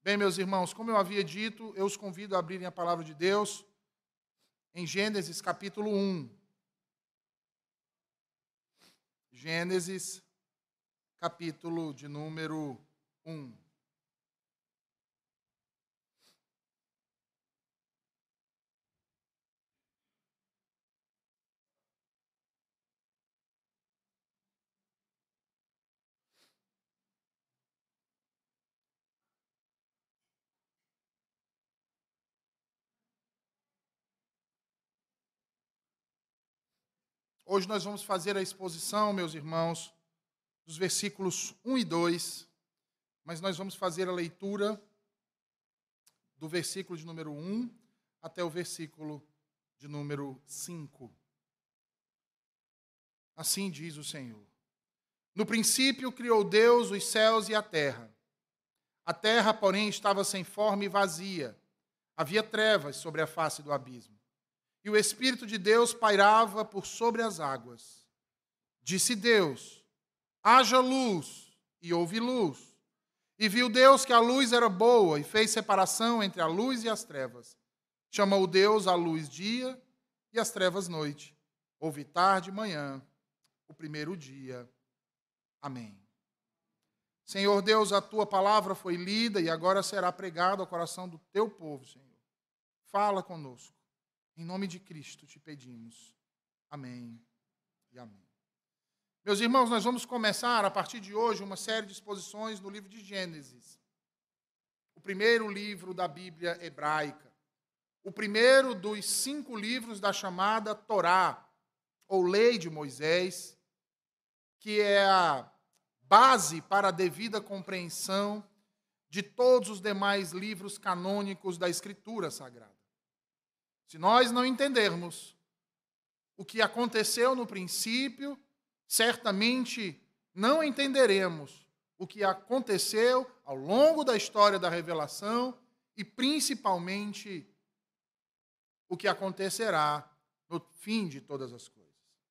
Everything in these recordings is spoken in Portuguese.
Bem, meus irmãos, como eu havia dito, eu os convido a abrirem a palavra de Deus em Gênesis capítulo 1. Gênesis capítulo de número 1. Hoje nós vamos fazer a exposição, meus irmãos, dos versículos 1 e 2, mas nós vamos fazer a leitura do versículo de número 1 até o versículo de número 5. Assim diz o Senhor. No princípio criou Deus os céus e a terra. A terra, porém, estava sem forma e vazia. Havia trevas sobre a face do abismo. E o Espírito de Deus pairava por sobre as águas. Disse Deus: haja luz, e houve luz. E viu Deus que a luz era boa, e fez separação entre a luz e as trevas. Chamou Deus a luz dia, e as trevas noite. Houve tarde e manhã, o primeiro dia. Amém. Senhor Deus, a tua palavra foi lida e agora será pregada ao coração do teu povo, Senhor. Fala conosco. Em nome de Cristo te pedimos. Amém e amém. Meus irmãos, nós vamos começar, a partir de hoje, uma série de exposições no livro de Gênesis. O primeiro livro da Bíblia hebraica. O primeiro dos 5 livros da chamada Torá, ou Lei de Moisés, que é a base para a devida compreensão de todos os demais livros canônicos da Escritura Sagrada. Se nós não entendermos o que aconteceu no princípio, certamente não entenderemos o que aconteceu ao longo da história da revelação e, principalmente, o que acontecerá no fim de todas as coisas.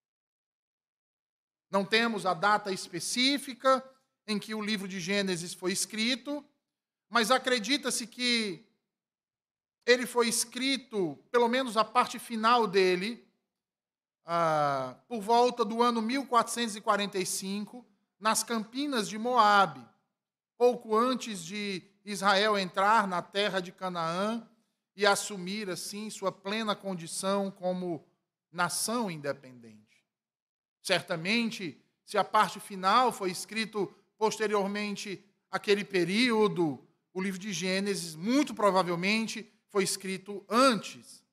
Não temos a data específica em que o livro de Gênesis foi escrito, mas acredita-se que ele foi escrito, pelo menos a parte final dele, por volta do ano 1445, nas campinas de Moabe, pouco antes de Israel entrar na terra de Canaã e assumir, assim, sua plena condição como nação independente. Certamente, se a parte final foi escrito posteriormente àquele período, o livro de Gênesis, muito provavelmente, foi escrito antes.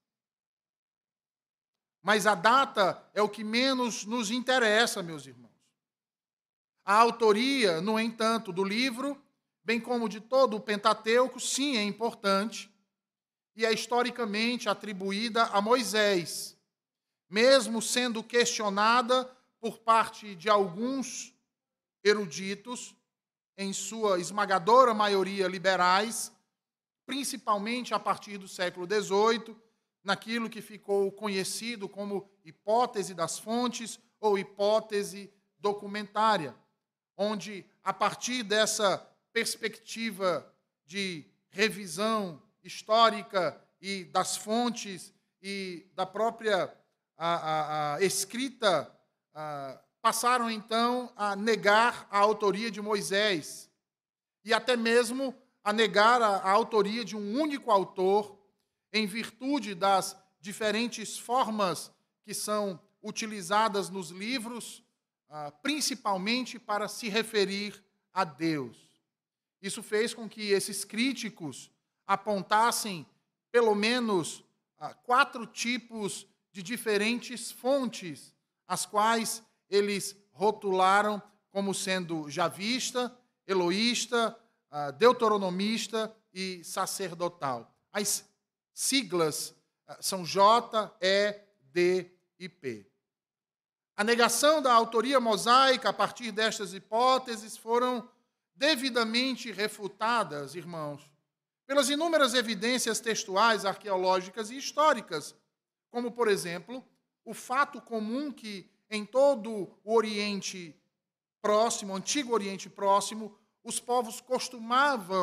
Mas a data é o que menos nos interessa, meus irmãos. A autoria, no entanto, do livro, bem como de todo o Pentateuco, sim, é importante e é historicamente atribuída a Moisés, mesmo sendo questionada por parte de alguns eruditos, em sua esmagadora maioria liberais, principalmente a partir do século XVIII, naquilo que ficou conhecido como hipótese das fontes ou hipótese documentária, onde, a partir dessa perspectiva de revisão histórica e das fontes e da própria escrita, passaram, então, a negar a autoria de Moisés e até mesmo a negar a autoria de um único autor, em virtude das diferentes formas que são utilizadas nos livros, principalmente para se referir a Deus. Isso fez com que esses críticos apontassem, pelo menos, 4 tipos de diferentes fontes, as quais eles rotularam como sendo javista, eloísta, deuteronomista e sacerdotal. As siglas são J, E, D e P. A negação da autoria mosaica a partir destas hipóteses foram devidamente refutadas, irmãos, pelas inúmeras evidências textuais, arqueológicas e históricas, como, por exemplo, o fato comum que em todo o Oriente Próximo, Antigo Oriente Próximo, os povos costumavam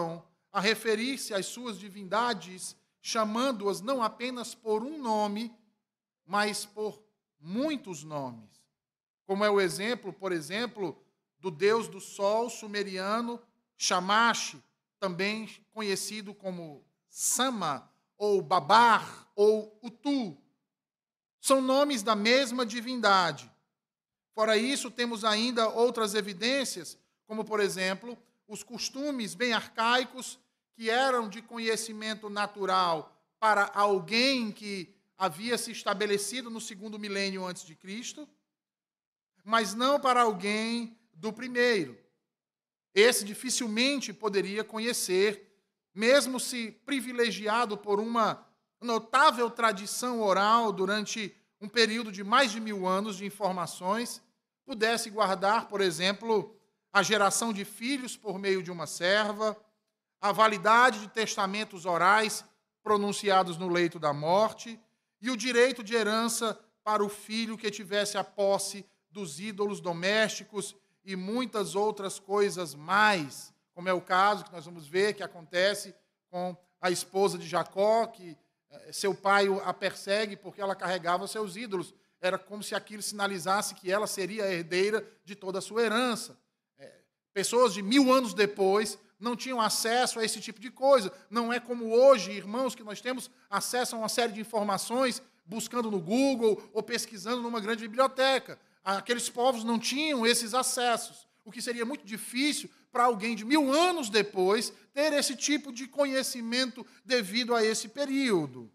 a referir-se às suas divindades, chamando-as não apenas por um nome, mas por muitos nomes. Como é o exemplo, por exemplo, do deus do sol sumeriano, Shamash, também conhecido como Sama, ou Babar, ou Utu. São nomes da mesma divindade. Fora isso, temos ainda outras evidências, como, por exemplo, os costumes bem arcaicos que eram de conhecimento natural para alguém que havia se estabelecido no segundo milênio antes de Cristo, mas não para alguém do primeiro. Esse dificilmente poderia conhecer, mesmo se privilegiado por uma notável tradição oral durante um período de mais de 1000 anos de informações, pudesse guardar, por exemplo, a geração de filhos por meio de uma serva, a validade de testamentos orais pronunciados no leito da morte e o direito de herança para o filho que tivesse a posse dos ídolos domésticos e muitas outras coisas mais, como é o caso que nós vamos ver que acontece com a esposa de Jacó, que seu pai a persegue porque ela carregava seus ídolos. Era como se aquilo sinalizasse que ela seria a herdeira de toda a sua herança. Pessoas de 1000 anos depois não tinham acesso a esse tipo de coisa. Não é como hoje, irmãos, que nós temos acesso a uma série de informações buscando no Google ou pesquisando numa grande biblioteca. Aqueles povos não tinham esses acessos, o que seria muito difícil para alguém de 1000 anos depois ter esse tipo de conhecimento devido a esse período.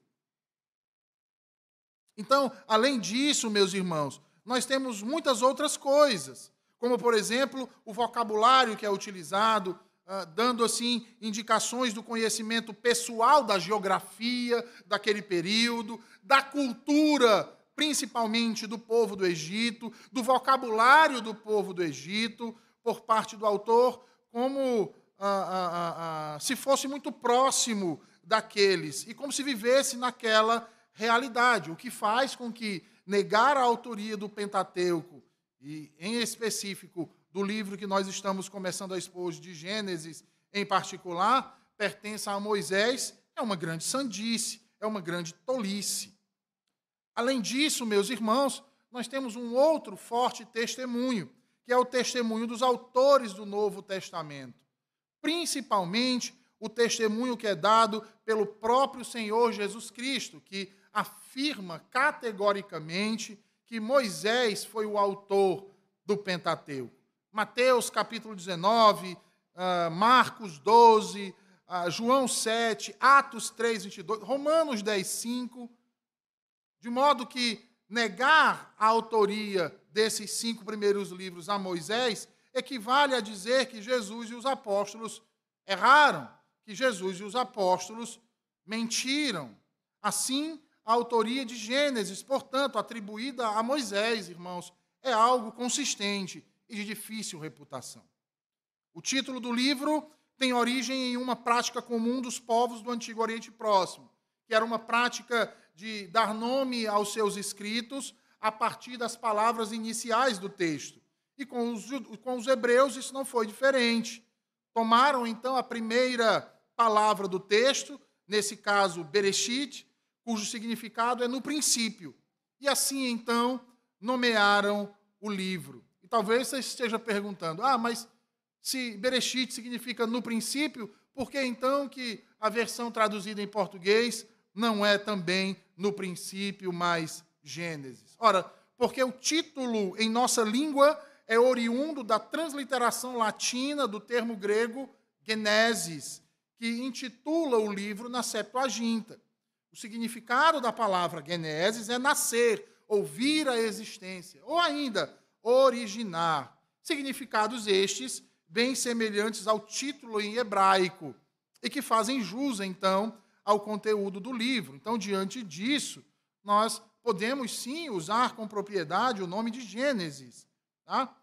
Então, além disso, meus irmãos, nós temos muitas outras coisas, como, por exemplo, o vocabulário que é utilizado, dando, assim, indicações do conhecimento pessoal da geografia daquele período, da cultura, principalmente do povo do Egito, do vocabulário do povo do Egito, por parte do autor, como se fosse muito próximo daqueles, e como se vivesse naquela realidade, o que faz com que negar a autoria do Pentateuco, e em específico do livro que nós estamos começando a expor, de Gênesis em particular, pertença a Moisés, é uma grande sandice, é uma grande tolice. Além disso, meus irmãos, nós temos um outro forte testemunho, que é o testemunho dos autores do Novo Testamento. Principalmente o testemunho que é dado pelo próprio Senhor Jesus Cristo, que afirma categoricamente que Moisés foi o autor do Pentateuco. Mateus capítulo 19, Marcos 12, João 7, Atos 3, 22, Romanos 10, 5, de modo que negar a autoria desses 5 primeiros livros a Moisés equivale a dizer que Jesus e os apóstolos erraram, que Jesus e os apóstolos mentiram. Assim, a autoria de Gênesis, portanto, atribuída a Moisés, irmãos, é algo consistente e de difícil reputação. O título do livro tem origem em uma prática comum dos povos do Antigo Oriente Próximo, que era uma prática de dar nome aos seus escritos a partir das palavras iniciais do texto. E com os hebreus isso não foi diferente. Tomaram, então, a primeira palavra do texto, nesse caso, Bereshit, cujo significado é no princípio. E assim, então, nomearam o livro. E talvez você esteja perguntando, mas se Bereshit significa no princípio, por que então que a versão traduzida em português não é também no princípio, mas Gênesis? Ora, porque o título em nossa língua é oriundo da transliteração latina do termo grego Genesis, que intitula o livro na Septuaginta. O significado da palavra Genesis é nascer, ou vir à existência, ou ainda originar. Significados estes bem semelhantes ao título em hebraico e que fazem jus, então, ao conteúdo do livro. Então, diante disso, nós podemos, sim, usar com propriedade o nome de Gênesis. Tá?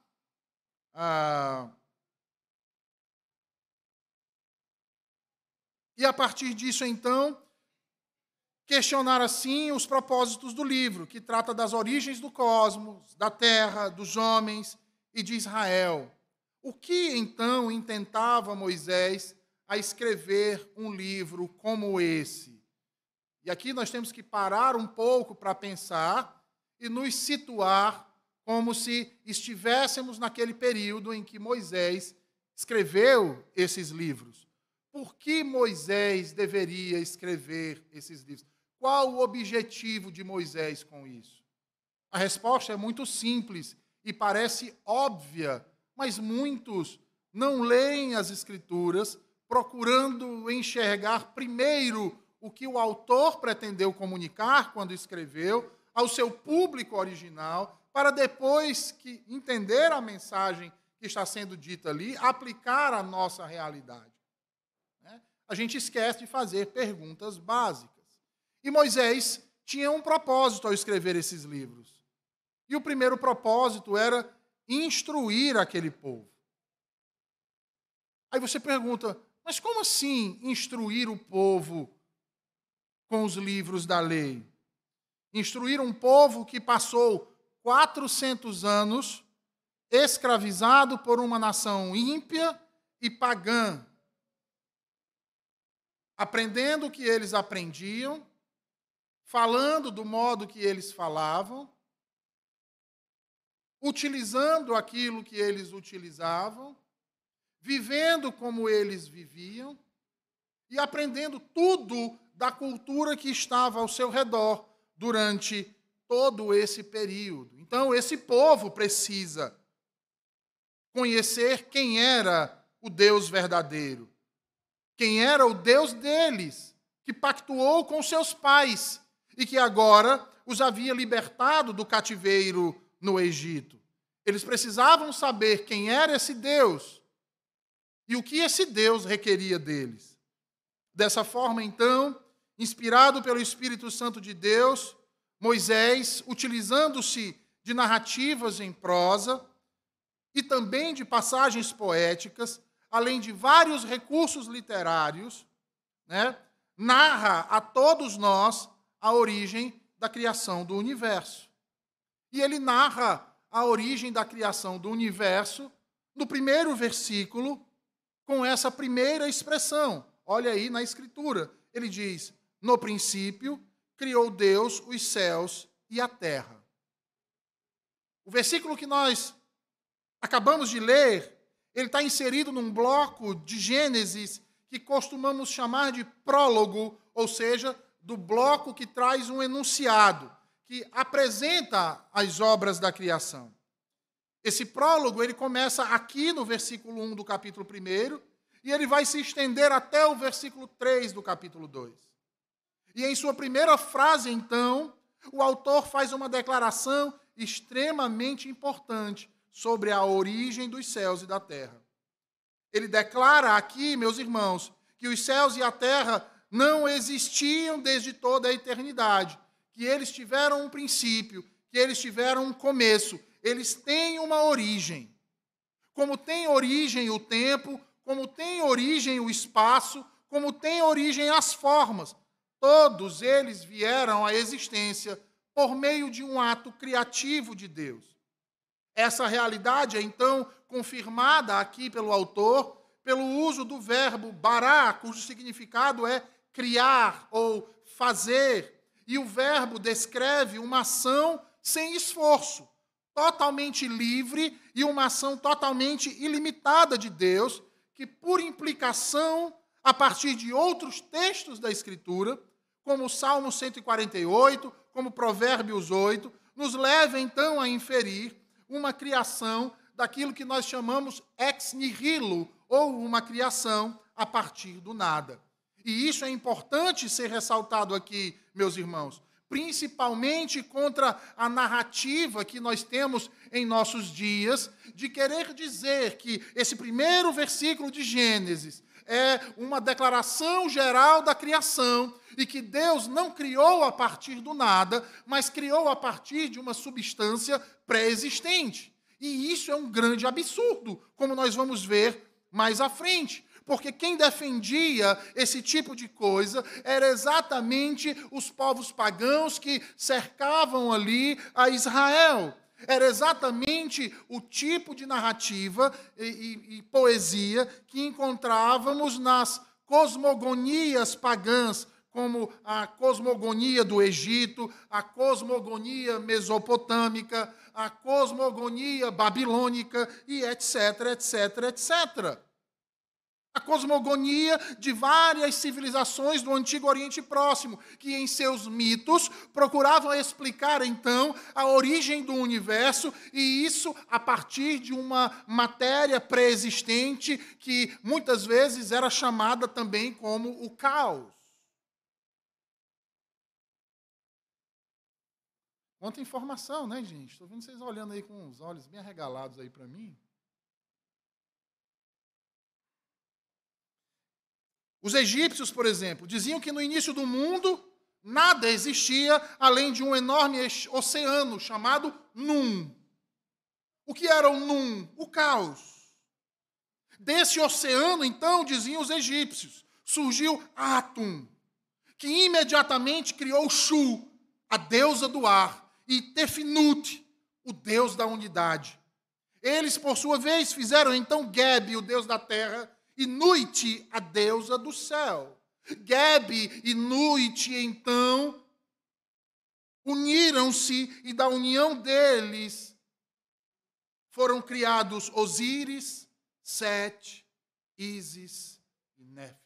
E, a partir disso, então, questionar, assim, os propósitos do livro, que trata das origens do cosmos, da terra, dos homens e de Israel. O que, então, intentava Moisés a escrever um livro como esse? E aqui nós temos que parar um pouco para pensar e nos situar como se estivéssemos naquele período em que Moisés escreveu esses livros. Por que Moisés deveria escrever esses livros? Qual o objetivo de Moisés com isso? A resposta é muito simples e parece óbvia, mas muitos não leem as Escrituras procurando enxergar primeiro o que o autor pretendeu comunicar quando escreveu ao seu público original, para depois que entender a mensagem que está sendo dita ali, aplicar à nossa realidade. A gente esquece de fazer perguntas básicas. E Moisés tinha um propósito ao escrever esses livros. E o primeiro propósito era instruir aquele povo. Aí você pergunta, mas como assim instruir o povo com os livros da lei? Instruir um povo que passou 400 anos escravizado por uma nação ímpia e pagã, aprendendo o que eles aprendiam, falando do modo que eles falavam, utilizando aquilo que eles utilizavam, vivendo como eles viviam e aprendendo tudo da cultura que estava ao seu redor durante todo esse período. Então, esse povo precisa conhecer quem era o Deus verdadeiro, quem era o Deus deles, que pactuou com seus pais e que agora os havia libertado do cativeiro no Egito. Eles precisavam saber quem era esse Deus e o que esse Deus requeria deles. Dessa forma, então, inspirado pelo Espírito Santo de Deus, Moisés, utilizando-se de narrativas em prosa e também de passagens poéticas, além de vários recursos literários, narra a todos nós a origem da criação do universo. E ele narra a origem da criação do universo no primeiro versículo, com essa primeira expressão. Olha aí na Escritura. Ele diz, no princípio, criou Deus os céus e a terra. O versículo que nós acabamos de ler, ele está inserido num bloco de Gênesis que costumamos chamar de prólogo, ou seja, do bloco que traz um enunciado, que apresenta as obras da criação. Esse prólogo, ele começa aqui no versículo 1 do capítulo 1, e ele vai se estender até o versículo 3 do capítulo 2. E em sua primeira frase, então, o autor faz uma declaração extremamente importante sobre a origem dos céus e da terra. Ele declara aqui, meus irmãos, que os céus e a terra não existiam desde toda a eternidade, que eles tiveram um princípio, que eles tiveram um começo, eles têm uma origem. Como tem origem o tempo, como tem origem o espaço, como tem origem as formas, todos eles vieram à existência por meio de um ato criativo de Deus. Essa realidade é, então, confirmada aqui pelo autor, pelo uso do verbo bará, cujo significado é criar ou fazer. E o verbo descreve uma ação sem esforço, totalmente livre e uma ação totalmente ilimitada de Deus, que, por implicação, a partir de outros textos da Escritura, como o Salmo 148, como Provérbios 8, nos leva, então, a inferir uma criação daquilo que nós chamamos ex nihilo, ou uma criação a partir do nada. E isso é importante ser ressaltado aqui, meus irmãos, principalmente contra a narrativa que nós temos em nossos dias, de querer dizer que esse primeiro versículo de Gênesis é uma declaração geral da criação e que Deus não criou a partir do nada, mas criou a partir de uma substância pré-existente. E isso é um grande absurdo, como nós vamos ver mais à frente. Porque quem defendia esse tipo de coisa era exatamente os povos pagãos que cercavam ali a Israel. Era exatamente o tipo de narrativa e poesia que encontrávamos nas cosmogonias pagãs, como a cosmogonia do Egito, a cosmogonia mesopotâmica, a cosmogonia babilônica e etc, etc, etc. A cosmogonia de várias civilizações do Antigo Oriente Próximo, que em seus mitos procuravam explicar, então, a origem do universo, e isso a partir de uma matéria pré-existente que muitas vezes era chamada também como o caos. Quanta informação, né, gente? Estou vendo vocês olhando aí com os olhos bem arregalados aí para mim. Os egípcios, por exemplo, diziam que no início do mundo nada existia além de um enorme oceano chamado Num. O que era o Num? O caos. Desse oceano, então, diziam os egípcios, surgiu Atum, que imediatamente criou Shu, a deusa do ar, e Tefnut, o deus da unidade. Eles, por sua vez, fizeram então Geb, o deus da terra, e Nuit, a deusa do céu. Geb e Nuit, então, uniram-se e da união deles foram criados Osíris, Sete, Ísis e Néfites.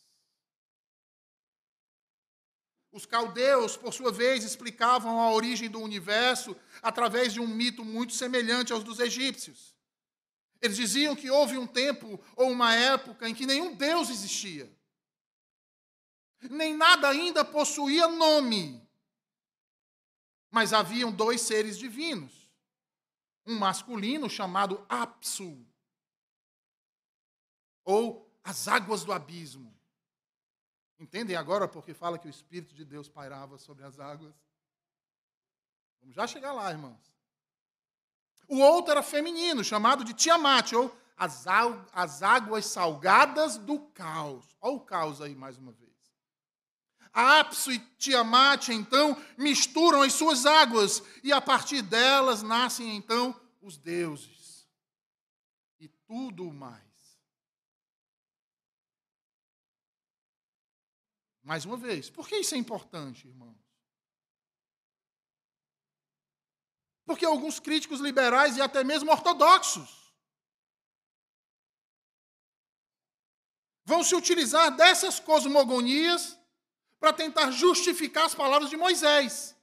Os caldeus, por sua vez, explicavam a origem do universo através de um mito muito semelhante aos dos egípcios. Eles diziam que houve um tempo ou uma época em que nenhum Deus existia. Nem nada ainda possuía nome. Mas haviam dois seres divinos. Um masculino chamado Apsu, ou as águas do abismo. Entendem agora porque fala que o Espírito de Deus pairava sobre as águas? Vamos já chegar lá, irmãos. O outro era feminino, chamado de Tiamat, ou as águas salgadas do caos. Olha o caos aí mais uma vez. Apsu e Tiamat, então, misturam as suas águas, e a partir delas nascem, então, os deuses. E tudo mais. Mais uma vez, por que isso é importante, irmãos? Porque alguns críticos liberais e até mesmo ortodoxos vão se utilizar dessas cosmogonias para tentar justificar as palavras de Moisés.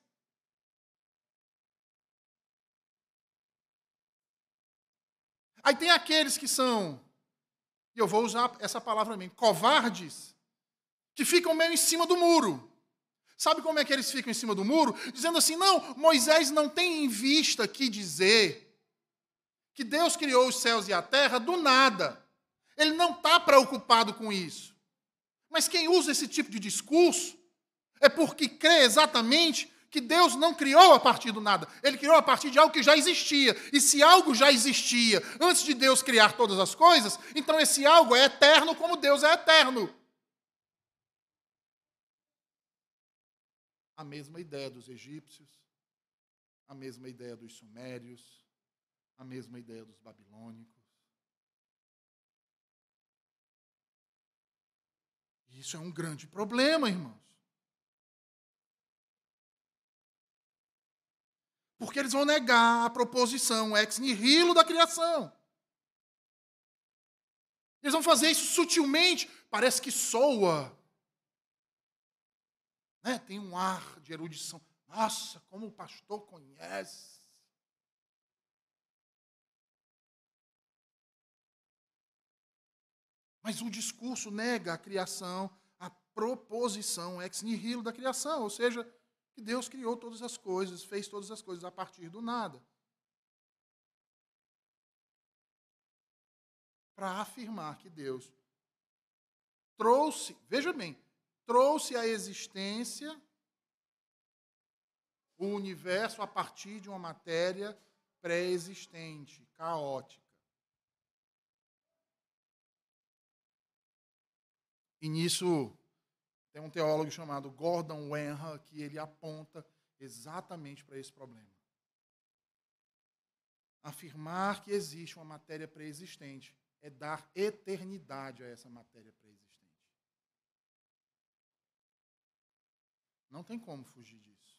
Aí tem aqueles que são, e eu vou usar essa palavra mesmo, covardes, que ficam meio em cima do muro. Sabe como é que eles ficam em cima do muro? Dizendo assim, não, Moisés não tem em vista aqui dizer que Deus criou os céus e a terra do nada. Ele não está preocupado com isso. Mas quem usa esse tipo de discurso é porque crê exatamente que Deus não criou a partir do nada. Ele criou a partir de algo que já existia. E se algo já existia antes de Deus criar todas as coisas, então esse algo é eterno como Deus é eterno. A mesma ideia dos egípcios, a mesma ideia dos sumérios, a mesma ideia dos babilônicos. E isso é um grande problema, irmãos. Porque eles vão negar a proposição ex nihilo da criação. Eles vão fazer isso sutilmente, parece que soa. Né? Tem um ar de erudição. Nossa, como o pastor conhece. Mas o discurso nega a criação, a proposição ex nihilo da criação, ou seja, que Deus criou todas as coisas, fez todas as coisas a partir do nada. Para afirmar que Deus trouxe, veja bem, trouxe à existência o universo a partir de uma matéria pré-existente, caótica. E nisso tem um teólogo chamado Gordon Wenham que ele aponta exatamente para esse problema. Afirmar que existe uma matéria pré-existente é dar eternidade a essa matéria pré-existente. Não tem como fugir disso.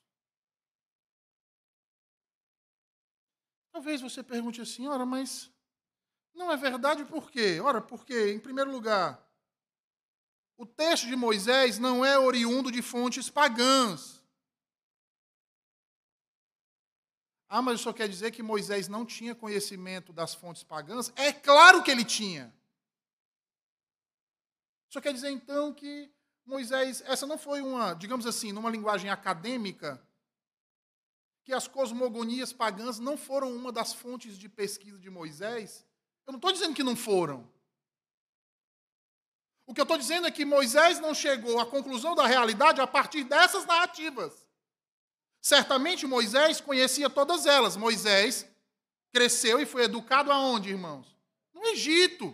Talvez você pergunte assim, ora, mas não é verdade por quê? Ora, porque, em primeiro lugar, o texto de Moisés não é oriundo de fontes pagãs. Ah, mas isso quer dizer que Moisés não tinha conhecimento das fontes pagãs? É claro que ele tinha. Isso quer dizer, então, que Moisés, essa não foi uma, digamos assim, numa linguagem acadêmica, que as cosmogonias pagãs não foram uma das fontes de pesquisa de Moisés? Eu não estou dizendo que não foram. O que eu estou dizendo é que Moisés não chegou à conclusão da realidade a partir dessas narrativas. Certamente Moisés conhecia todas elas. Moisés cresceu e foi educado aonde, irmãos? No Egito.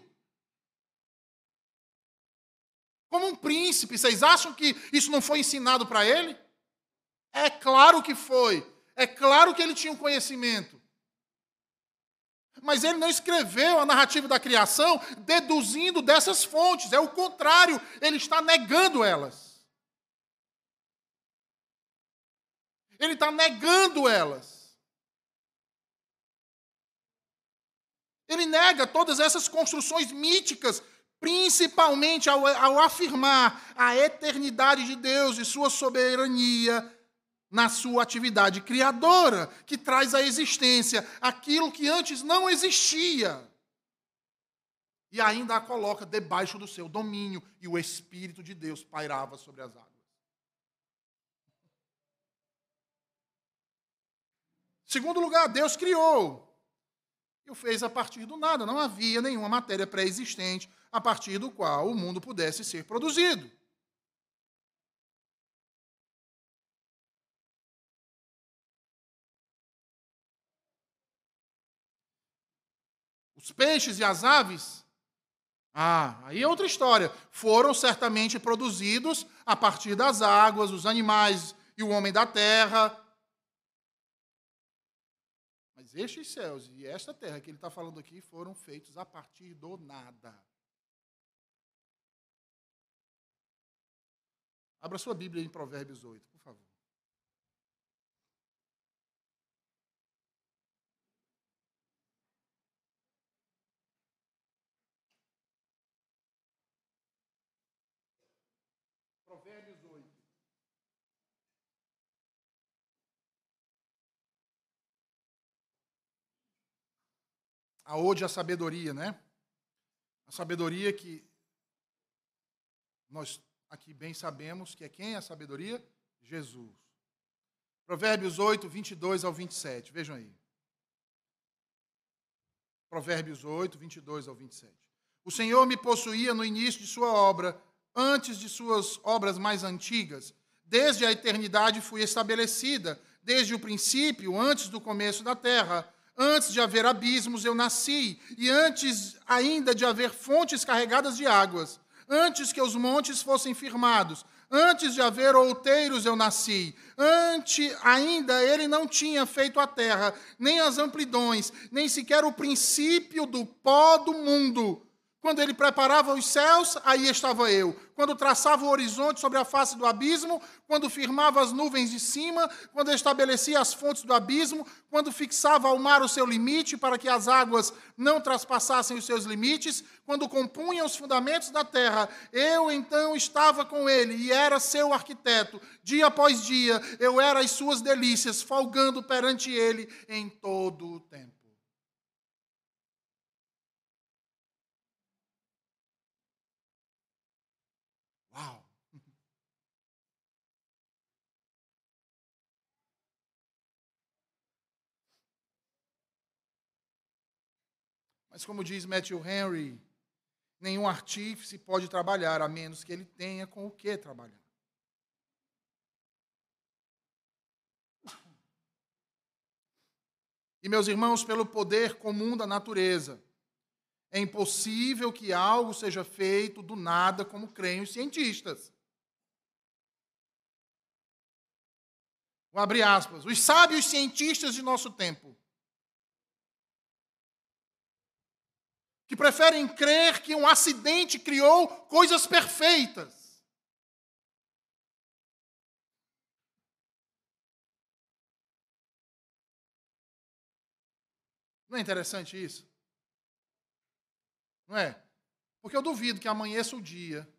Como um príncipe. Vocês acham que isso não foi ensinado para ele? É claro que foi. É claro que ele tinha um conhecimento. Mas ele não escreveu a narrativa da criação deduzindo dessas fontes. É o contrário. Ele está negando elas. Ele está negando elas. Ele nega todas essas construções míticas, principalmente ao afirmar a eternidade de Deus e sua soberania na sua atividade criadora, que traz à existência aquilo que antes não existia. E ainda a coloca debaixo do seu domínio, e o Espírito de Deus pairava sobre as águas. Segundo lugar, Deus criou e o fez a partir do nada. Não havia nenhuma matéria pré-existente a partir do qual o mundo pudesse ser produzido. Os peixes e as aves, aí é outra história. Foram certamente produzidos a partir das águas, os animais e o homem da terra. Mas estes céus e esta terra que ele está falando aqui foram feitos a partir do nada. Abra sua Bíblia em Provérbios 8, por favor. Provérbios 8. A ode à sabedoria, né? A sabedoria que nós aqui bem sabemos que é quem a sabedoria? Jesus. Provérbios 8, 22 ao 27. Vejam aí. Provérbios 8, 22 ao 27. O Senhor me possuía no início de sua obra, antes de suas obras mais antigas. Desde a eternidade fui estabelecida, desde o princípio, antes do começo da terra. Antes de haver abismos eu nasci, e antes ainda de haver fontes carregadas de águas. Antes que os montes fossem firmados, antes de haver outeiros eu nasci. Antes ainda ele não tinha feito a terra, nem as amplidões, nem sequer o princípio do pó do mundo. Quando ele preparava os céus, aí estava eu. Quando traçava o horizonte sobre a face do abismo, quando firmava as nuvens de cima, quando estabelecia as fontes do abismo, quando fixava ao mar o seu limite para que as águas não traspassassem os seus limites, quando compunha os fundamentos da terra, eu então estava com ele e era seu arquiteto. Dia após dia, eu era as suas delícias, folgando perante ele em todo o tempo. Uau! Mas como diz Matthew Henry, nenhum artífice pode trabalhar a menos que ele tenha com o que trabalhar. E, meus irmãos, pelo poder comum da natureza, é impossível que algo seja feito do nada, como creem os cientistas. Vou abrir aspas. Os sábios cientistas de nosso tempo que preferem crer que um acidente criou coisas perfeitas. Não é interessante isso? Não é? Porque eu duvido que amanheça o dia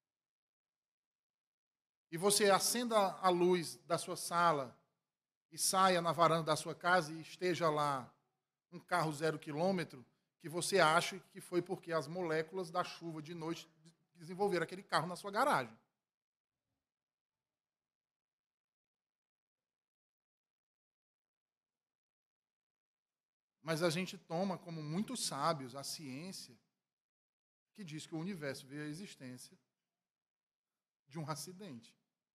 e você acenda a luz da sua sala e saia na varanda da sua casa e esteja lá um carro 0 quilômetro, que você ache que foi porque as moléculas da chuva de noite desenvolveram aquele carro na sua garagem. Mas a gente toma como muitos sábios a ciência que diz que o universo veio à existência de um acidente.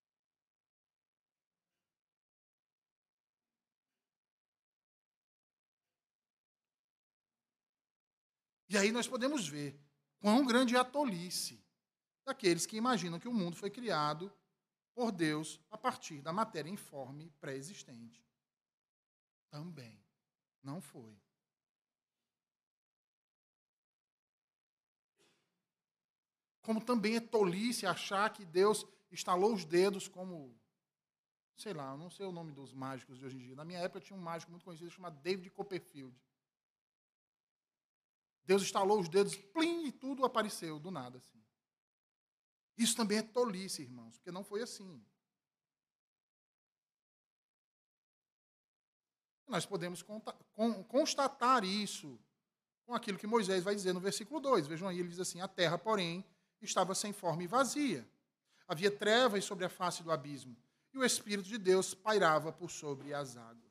E aí nós podemos ver quão grande é a tolice daqueles que imaginam que o mundo foi criado por Deus a partir da matéria informe pré-existente. Também não foi. Como também é tolice achar que Deus estalou os dedos como, sei lá, eu não sei o nome dos mágicos de hoje em dia. Na minha época tinha um mágico muito conhecido chamado David Copperfield. Deus estalou os dedos, plim, e tudo apareceu do nada assim. Isso também é tolice, irmãos, porque não foi assim. Nós podemos constatar isso com aquilo que Moisés vai dizer no versículo 2. Vejam aí, ele diz assim: a terra, porém, estava sem forma e vazia. Havia trevas sobre a face do abismo, e o Espírito de Deus pairava por sobre as águas.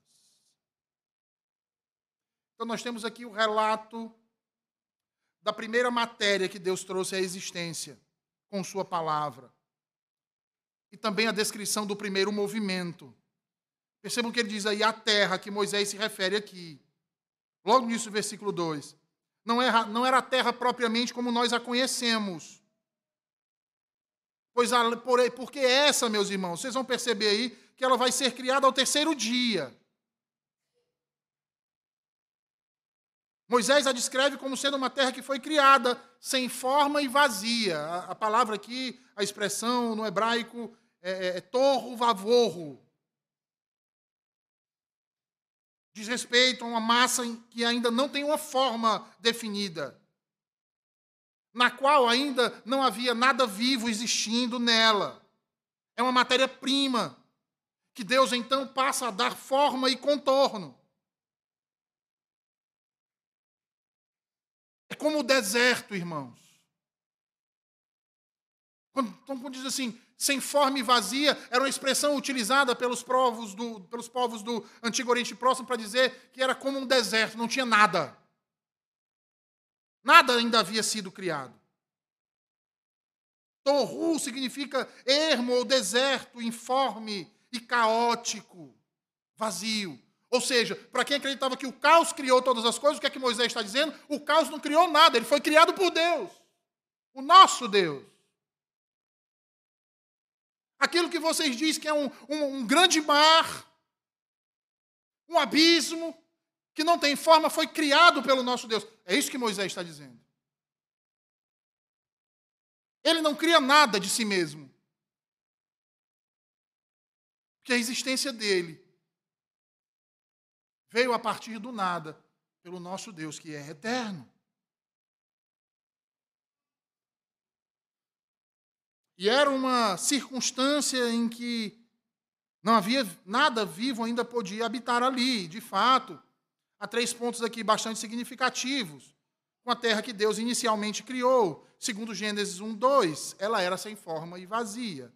Então nós temos aqui o relato da primeira matéria que Deus trouxe à existência com sua palavra. E também a descrição do primeiro movimento. Percebam que ele diz aí a terra, que Moisés se refere aqui. Logo nisso, versículo 2. Não era a terra propriamente como nós a conhecemos. Porque essa, meus irmãos, vocês vão perceber aí que ela vai ser criada ao terceiro dia. Moisés a descreve como sendo uma terra que foi criada sem forma e vazia. A palavra aqui, a expressão no hebraico é torro vavorro. Diz respeito a uma massa que ainda não tem uma forma definida, na qual ainda não havia nada vivo existindo nela. É uma matéria-prima que Deus então passa a dar forma e contorno. É como o deserto, irmãos. Quando diz assim, sem forma e vazia, era uma expressão utilizada pelos povos do Antigo Oriente Próximo para dizer que era como um deserto, não tinha nada. Nada ainda havia sido criado. Torru significa ermo ou deserto, informe e caótico, vazio. Ou seja, para quem acreditava que o caos criou todas as coisas, o que é que Moisés está dizendo? O caos não criou nada, ele foi criado por Deus, o nosso Deus. Aquilo que vocês dizem que é um grande mar, um abismo, que não tem forma, foi criado pelo nosso Deus. É isso que Moisés está dizendo. Ele não cria nada de si mesmo. Porque a existência dele veio a partir do nada, pelo nosso Deus, que é eterno. E era uma circunstância em que não havia nada vivo ainda podia habitar ali. De fato, há 3 pontos aqui bastante significativos. Com a terra que Deus inicialmente criou, segundo Gênesis 1:2, ela era sem forma e vazia.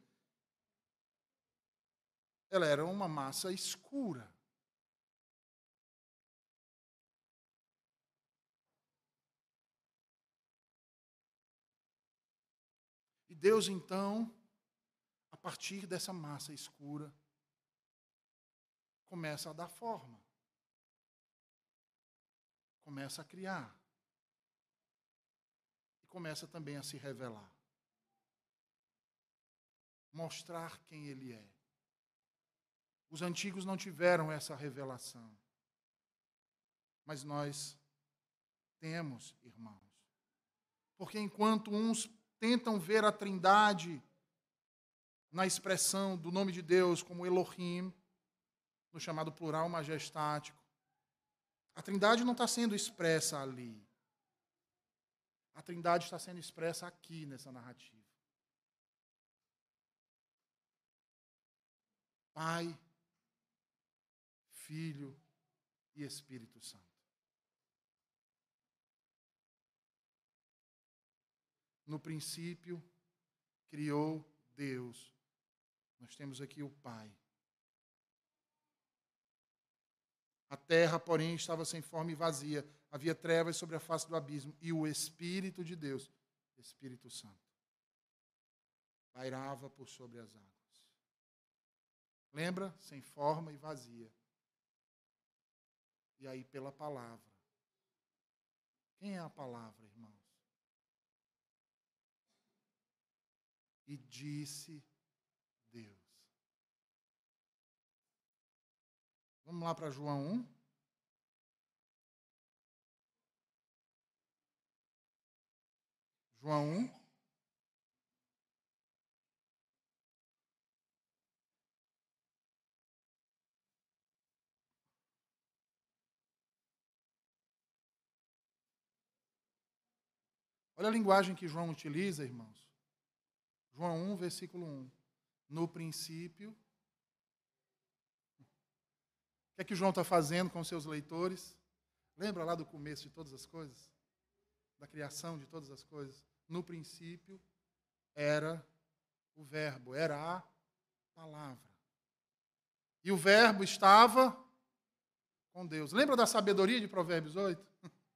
Ela era uma massa escura. E Deus, então, a partir dessa massa escura, começa a dar forma. Começa a criar. E começa também a se revelar. Mostrar quem Ele é. Os antigos não tiveram essa revelação. Mas nós temos, irmãos. Porque enquanto uns tentam ver a Trindade na expressão do nome de Deus como Elohim, no chamado plural majestático, a Trindade não está sendo expressa ali. A Trindade está sendo expressa aqui nessa narrativa. Pai, Filho e Espírito Santo. No princípio, criou Deus. Nós temos aqui o Pai. A terra, porém, estava sem forma e vazia. Havia trevas sobre a face do abismo. E o Espírito de Deus, Espírito Santo, pairava por sobre as águas. Lembra? Sem forma e vazia. E aí, pela palavra. Quem é a palavra, irmãos? E disse Deus. Vamos lá para João 1. João 1. Olha a linguagem que João utiliza, irmãos. João 1, versículo 1. No princípio. O que é que João está fazendo com seus leitores? Lembra lá do começo de todas as coisas? Da criação de todas as coisas? No princípio era o verbo, era a palavra. E o verbo estava com Deus. Lembra da sabedoria de Provérbios 8?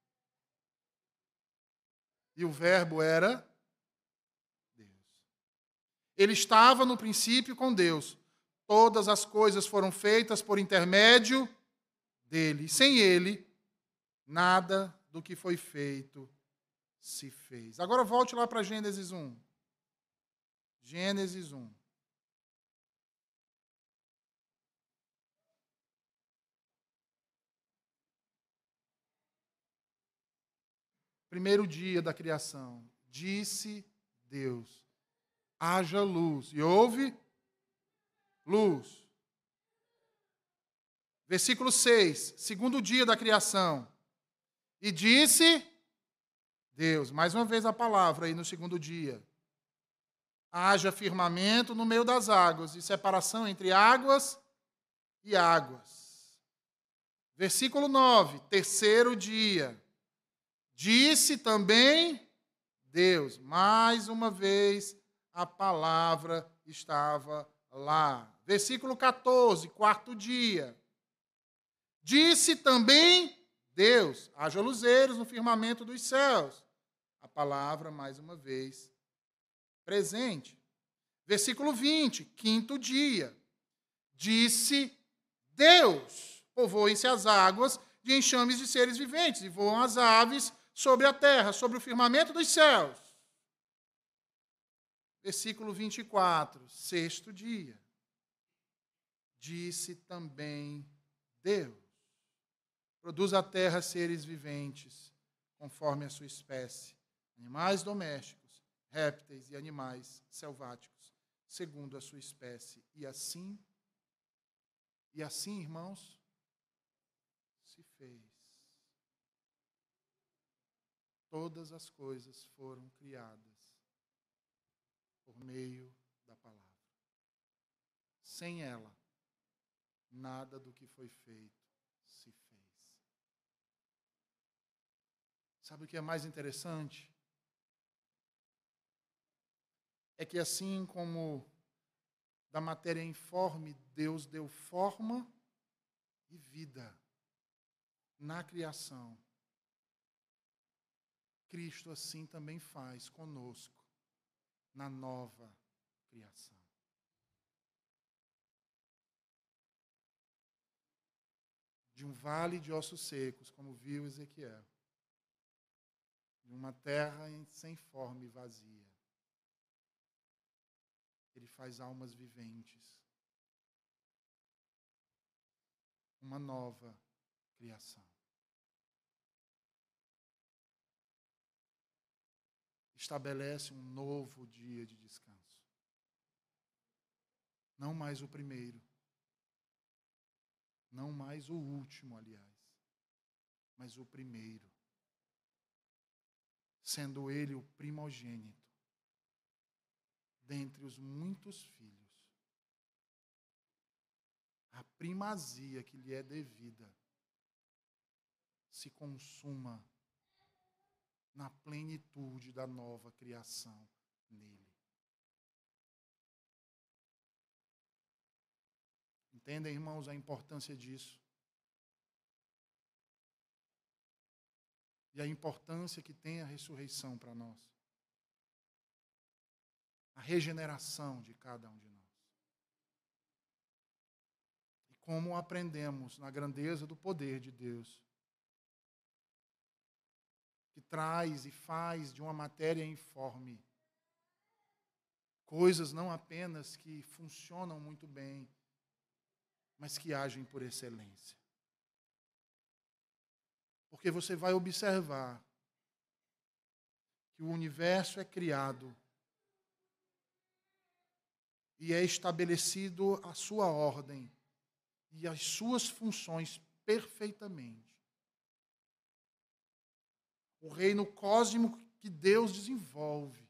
E o verbo era Deus. Ele estava no princípio com Deus. Todas as coisas foram feitas por intermédio dele. Sem ele, nada do que foi feito se fez. Agora volte lá para Gênesis 1. Gênesis 1. Primeiro dia da criação. Disse Deus: haja luz. E houve luz. Versículo 6. Segundo dia da criação. E disse Deus. Mais uma vez a palavra aí no segundo dia. Haja firmamento no meio das águas e separação entre águas e águas. Versículo 9. Terceiro dia. Disse também Deus. Mais uma vez a palavra estava lá. Versículo 14, quarto dia. Disse também Deus, haja luzeiros no firmamento dos céus. A palavra, mais uma vez, presente. Versículo 20, quinto dia. Disse Deus, povoem-se as águas de enxames de seres viventes, e voam as aves sobre a terra, sobre o firmamento dos céus. Versículo 24, sexto dia. Disse também Deus: produz a terra seres viventes, conforme a sua espécie, animais domésticos, répteis e animais selváticos, segundo a sua espécie. E assim, irmãos, se fez. Todas as coisas foram criadas por meio da palavra. Sem ela, nada do que foi feito se fez. Sabe o que é mais interessante? É que assim como da matéria informe, Deus deu forma e vida na criação. Cristo assim também faz conosco na nova criação. De um vale de ossos secos, como viu Ezequiel, de uma terra sem forma e vazia, Ele faz almas viventes, uma nova criação. estabelece um novo dia de descanso. Não mais o primeiro, não mais o último, aliás, mas o primeiro, sendo ele o primogênito dentre os muitos filhos. A primazia que lhe é devida se consuma na plenitude da nova criação nele. Entendem, irmãos, a importância disso? E a importância que tem a ressurreição para nós. A regeneração de cada um de nós. E como aprendemos na grandeza do poder de Deus, que traz e faz de uma matéria informe coisas não apenas que funcionam muito bem, mas que agem por excelência. Porque você vai observar que o universo é criado e é estabelecido a sua ordem e as suas funções perfeitamente. O reino cósmico que Deus desenvolve.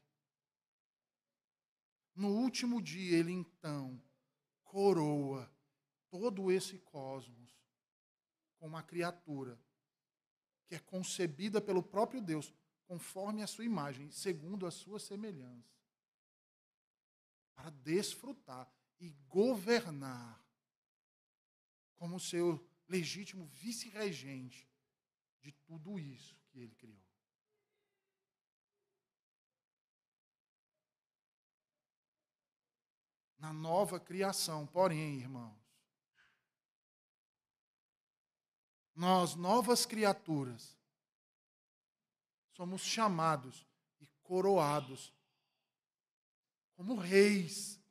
No último dia, ele então coroa todo esse cosmos com uma criatura que é concebida pelo próprio Deus, conforme a sua imagem, segundo a sua semelhança, para desfrutar e governar como seu legítimo vice-regente de tudo isso que ele criou. Na nova criação, porém, irmãos, nós, novas criaturas, somos chamados e coroados como reis,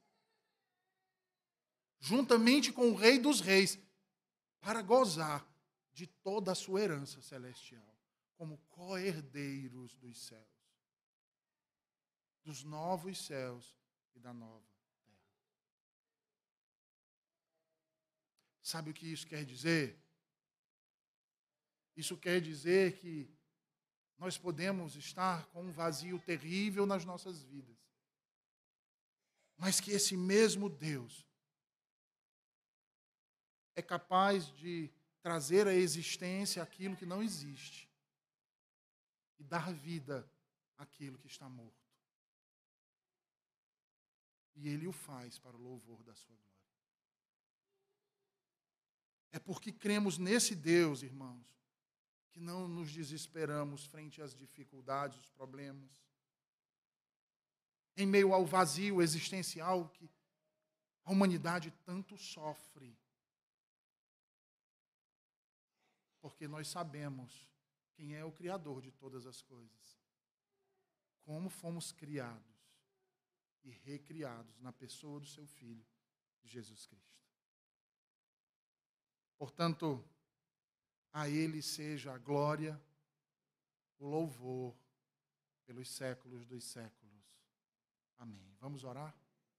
juntamente com o Rei dos Reis, para gozar de toda a sua herança celestial, como co-herdeiros dos céus, dos novos céus e da nova terra. Sabe o que isso quer dizer? Isso quer dizer que nós podemos estar com um vazio terrível nas nossas vidas, mas que esse mesmo Deus é capaz de trazer à existência aquilo que não existe e dar vida àquilo que está morto. E Ele o faz para o louvor da sua glória. É porque cremos nesse Deus, irmãos, que não nos desesperamos frente às dificuldades, os problemas, em meio ao vazio existencial que a humanidade tanto sofre. Porque nós sabemos quem é o Criador de todas as coisas, como fomos criados e recriados na pessoa do seu Filho, Jesus Cristo. Portanto, a Ele seja a glória, o louvor, pelos séculos dos séculos. Amém. Vamos orar?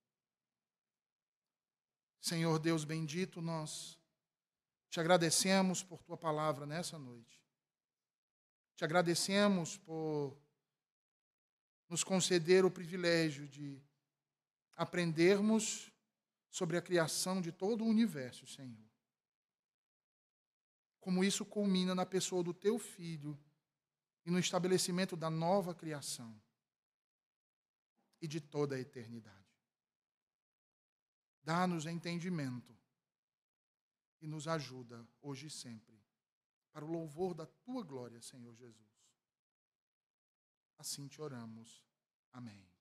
Senhor Deus bendito, nós te agradecemos por tua palavra nessa noite. Te agradecemos por nos conceder o privilégio de aprendermos sobre a criação de todo o universo, Senhor. Como isso culmina na pessoa do teu Filho e no estabelecimento da nova criação e de toda a eternidade. Dá-nos entendimento e nos ajuda hoje e sempre para o louvor da tua glória, Senhor Jesus. Assim te oramos. Amém.